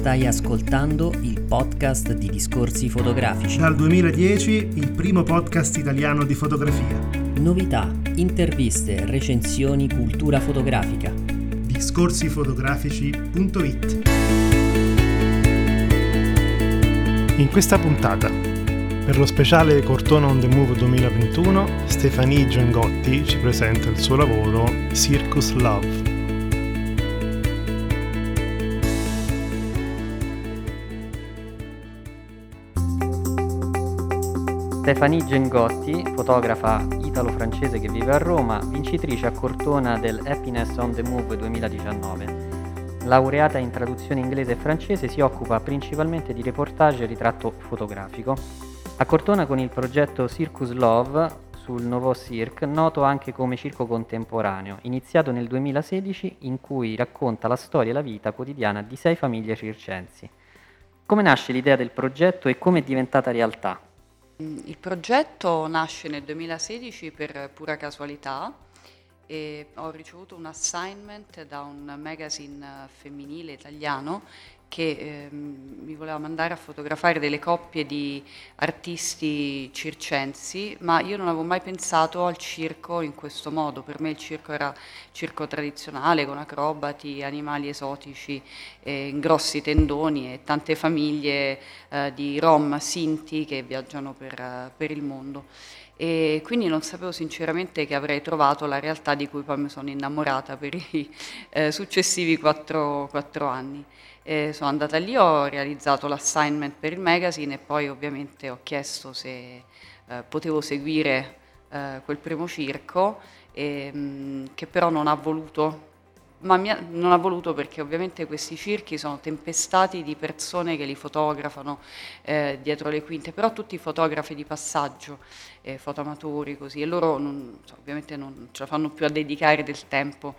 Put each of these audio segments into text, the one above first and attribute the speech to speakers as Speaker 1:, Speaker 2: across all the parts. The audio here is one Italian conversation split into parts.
Speaker 1: Stai ascoltando il podcast di Discorsi Fotografici.
Speaker 2: Dal 2010 il primo podcast italiano di fotografia.
Speaker 1: Novità, interviste, recensioni, cultura fotografica.
Speaker 2: Discorsifotografici.it. In questa puntata, per lo speciale Cortona on the Move 2021, Stéphanie Gengotti ci presenta il suo lavoro Circus Love.
Speaker 3: Stéphanie Gengotti, fotografa italo-francese che vive a Roma, vincitrice a Cortona del Happiness on the Move 2019. Laureata in traduzione inglese e francese, si occupa principalmente di reportage e ritratto fotografico. A Cortona con il progetto Circus Love sul Nouveau Cirque, noto anche come circo contemporaneo, iniziato nel 2016, in cui racconta la storia e la vita quotidiana di 6 famiglie circensi. Come nasce l'idea del progetto e come è diventata realtà?
Speaker 4: Il progetto nasce nel 2016 per pura casualità e ho ricevuto un assignment da un magazine femminile italiano che mi voleva mandare a fotografare delle coppie di artisti circensi, ma io non avevo mai pensato al circo in questo modo. Per me il circo era circo tradizionale, con acrobati, animali esotici, grossi tendoni e tante famiglie di Rom, Sinti che viaggiano per il mondo. E quindi non sapevo sinceramente che avrei trovato la realtà di cui poi mi sono innamorata per i successivi 4 anni. Sono andata lì, ho realizzato l'assignment per il magazine e poi ovviamente ho chiesto se potevo seguire quel primo circo, che però non ha voluto. Non ha voluto perché ovviamente questi circhi sono tempestati di persone che li fotografano dietro le quinte, però tutti fotografi di passaggio, fotoamatori così, e loro ovviamente non ce la fanno più a dedicare del tempo.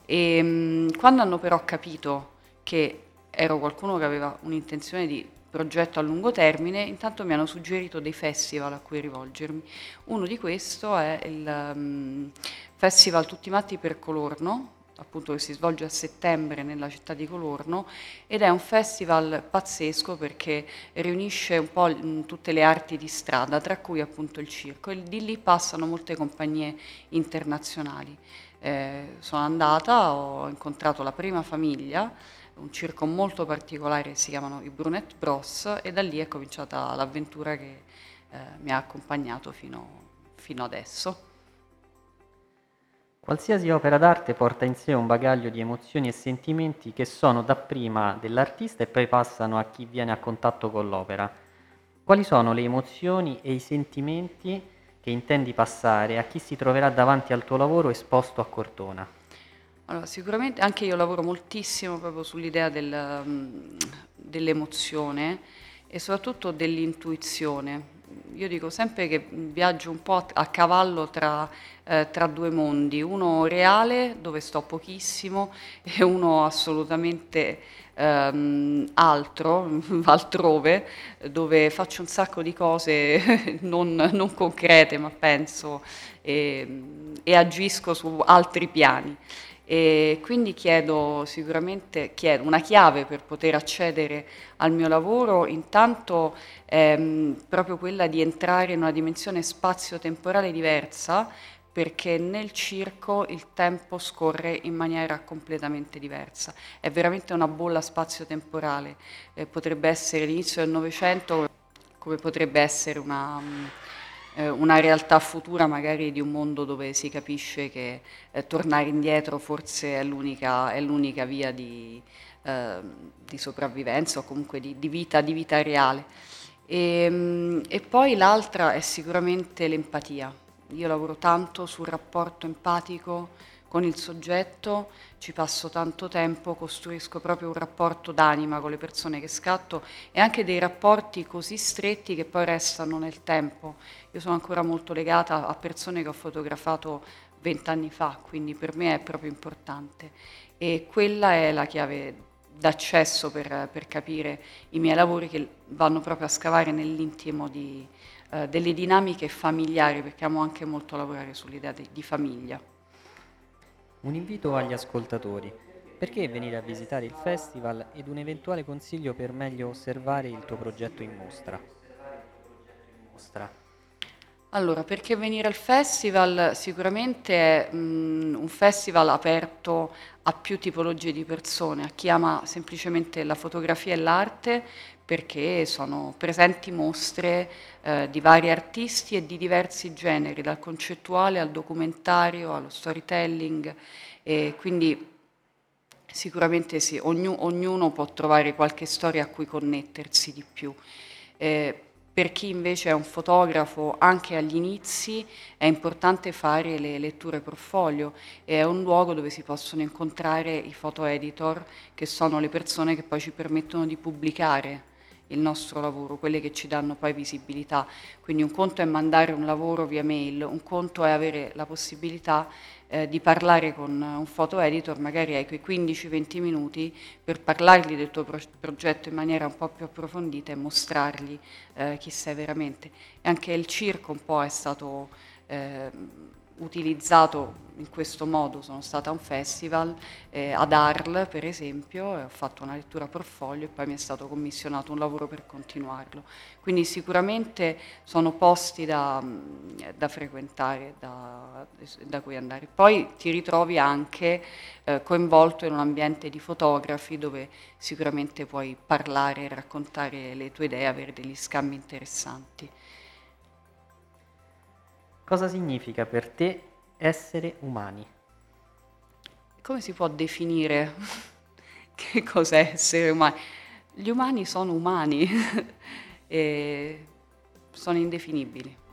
Speaker 4: Quando hanno però capito che ero qualcuno che aveva un'intenzione di progetto a lungo termine, intanto mi hanno suggerito dei festival a cui rivolgermi. Uno di questo è il Festival Tutti Matti per Colorno, appunto, che si svolge a settembre nella città di Colorno, ed è un festival pazzesco perché riunisce un po' tutte le arti di strada, tra cui appunto il circo, e di lì passano molte compagnie internazionali. Sono andata, ho incontrato la prima famiglia, un circo molto particolare, si chiamano i Brunet Bros, e da lì è cominciata l'avventura che mi ha accompagnato fino adesso.
Speaker 3: Qualsiasi opera d'arte porta in sé un bagaglio di emozioni e sentimenti che sono dapprima dell'artista e poi passano a chi viene a contatto con l'opera. Quali sono le emozioni e i sentimenti che intendi passare a chi si troverà davanti al tuo lavoro esposto a Cortona?
Speaker 4: Allora, sicuramente anche io lavoro moltissimo proprio sull'idea dell'emozione e soprattutto dell'intuizione. Io dico sempre che viaggio un po' a cavallo tra 2 mondi, uno reale dove sto pochissimo e uno assolutamente altrove, dove faccio un sacco di cose non concrete, ma penso e agisco su altri piani. E quindi chiedo una chiave per poter accedere al mio lavoro, intanto proprio quella di entrare in una dimensione spazio-temporale diversa, perché nel circo il tempo scorre in maniera completamente diversa. È veramente una bolla spazio-temporale, potrebbe essere l'inizio del Novecento, come potrebbe essere una realtà futura magari di un mondo dove si capisce che tornare indietro forse è l'unica via di sopravvivenza o comunque di vita reale. E poi l'altra è sicuramente l'empatia. Io lavoro tanto sul rapporto empatico con il soggetto, ci passo tanto tempo, costruisco proprio un rapporto d'anima con le persone che scatto e anche dei rapporti così stretti che poi restano nel tempo. Io sono ancora molto legata a persone che ho fotografato 20 anni fa, quindi per me è proprio importante. E quella è la chiave d'accesso per capire i miei lavori, che vanno proprio a scavare nell'intimo delle dinamiche familiari, perché amo anche molto lavorare sull'idea di famiglia.
Speaker 3: Un invito agli ascoltatori. Perché venire a visitare il festival ed un eventuale consiglio per meglio osservare il tuo progetto in mostra?
Speaker 4: Allora, perché venire al festival? Sicuramente è un festival aperto a più tipologie di persone, a chi ama semplicemente la fotografia e l'arte, perché sono presenti mostre di vari artisti e di diversi generi, dal concettuale al documentario, allo storytelling, e quindi sicuramente sì, ognuno può trovare qualche storia a cui connettersi di più. Per chi invece è un fotografo, anche agli inizi è importante fare le letture portfolio, e è un luogo dove si possono incontrare i photo editor, che sono le persone che poi ci permettono di pubblicare il nostro lavoro, quelle che ci danno poi visibilità. Quindi un conto è mandare un lavoro via mail, un conto è avere la possibilità di parlare con un photo editor, magari hai quei 15-20 minuti per parlargli del tuo progetto in maniera un po' più approfondita e mostrargli chi sei veramente. E anche il circo un po' è stato utilizzato in questo modo. Sono stata a un festival ad Arles, per esempio, e ho fatto una lettura portfolio e poi mi è stato commissionato un lavoro per continuarlo. Quindi sicuramente sono posti da frequentare, da cui andare. Poi ti ritrovi anche coinvolto in un ambiente di fotografi dove sicuramente puoi parlare, raccontare le tue idee, avere degli scambi interessanti.
Speaker 3: Cosa significa per te essere umani?
Speaker 4: Come si può definire che cos'è essere umani? Gli umani sono umani e sono indefinibili.